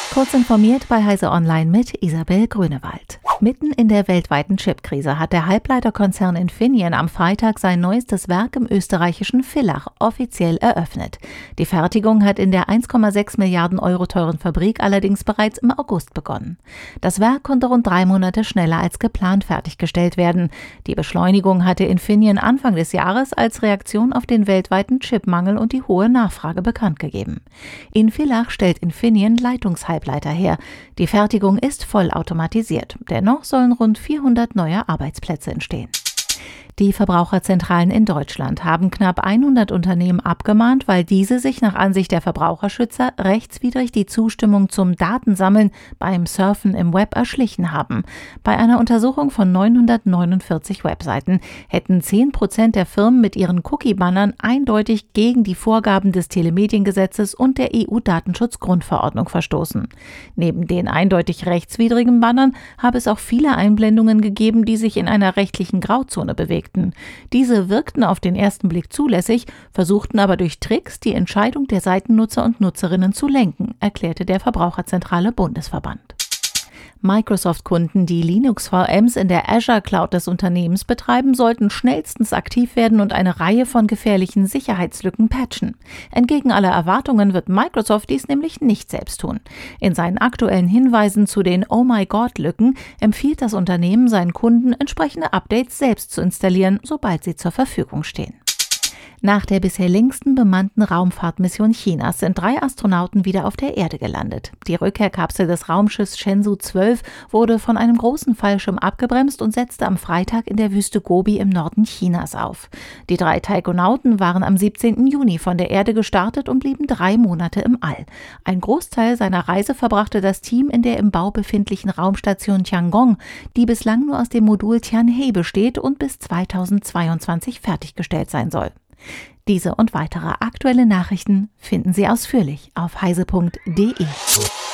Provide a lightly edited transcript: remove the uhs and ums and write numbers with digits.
Kurz informiert bei Heise Online mit Isabel Grünewald. Mitten in der weltweiten Chipkrise hat der Halbleiterkonzern Infineon am Freitag sein neuestes Werk im österreichischen Villach offiziell eröffnet. Die Fertigung hat in der 1,6 Milliarden Euro teuren Fabrik allerdings bereits im August begonnen. Das Werk konnte rund 3 Monate schneller als geplant fertiggestellt werden. Die Beschleunigung hatte Infineon Anfang des Jahres als Reaktion auf den weltweiten Chipmangel und die hohe Nachfrage bekannt gegeben. In Villach stellt Infineon Leitungshalbleiter her. Die Fertigung ist vollautomatisiert. Dennoch sollen rund 400 neue Arbeitsplätze entstehen. Die Verbraucherzentralen in Deutschland haben knapp 100 Unternehmen abgemahnt, weil diese sich nach Ansicht der Verbraucherschützer rechtswidrig die Zustimmung zum Datensammeln beim Surfen im Web erschlichen haben. Bei einer Untersuchung von 949 Webseiten hätten 10% der Firmen mit ihren Cookie-Bannern eindeutig gegen die Vorgaben des Telemediengesetzes und der EU-Datenschutzgrundverordnung verstoßen. Neben den eindeutig rechtswidrigen Bannern habe es auch viele Einblendungen gegeben, die sich in einer rechtlichen Grauzone bewegten. Diese wirkten auf den ersten Blick zulässig, versuchten aber durch Tricks die Entscheidung der Seitennutzer und Nutzerinnen zu lenken, erklärte der Verbraucherzentrale Bundesverband. Microsoft-Kunden, die Linux-VMs in der Azure Cloud des Unternehmens betreiben, sollten schnellstens aktiv werden und eine Reihe von gefährlichen Sicherheitslücken patchen. Entgegen aller Erwartungen wird Microsoft dies nämlich nicht selbst tun. In seinen aktuellen Hinweisen zu den Oh-my-God-Lücken empfiehlt das Unternehmen seinen Kunden, entsprechende Updates selbst zu installieren, sobald sie zur Verfügung stehen. Nach der bisher längsten bemannten Raumfahrtmission Chinas sind 3 Astronauten wieder auf der Erde gelandet. Die Rückkehrkapsel des Raumschiffs Shenzhou 12 wurde von einem großen Fallschirm abgebremst und setzte am Freitag in der Wüste Gobi im Norden Chinas auf. Die 3 Taikonauten waren am 17. Juni von der Erde gestartet und blieben 3 Monate im All. Ein Großteil seiner Reise verbrachte das Team in der im Bau befindlichen Raumstation Tiangong, die bislang nur aus dem Modul Tianhe besteht und bis 2022 fertiggestellt sein soll. Diese und weitere aktuelle Nachrichten finden Sie ausführlich auf heise.de.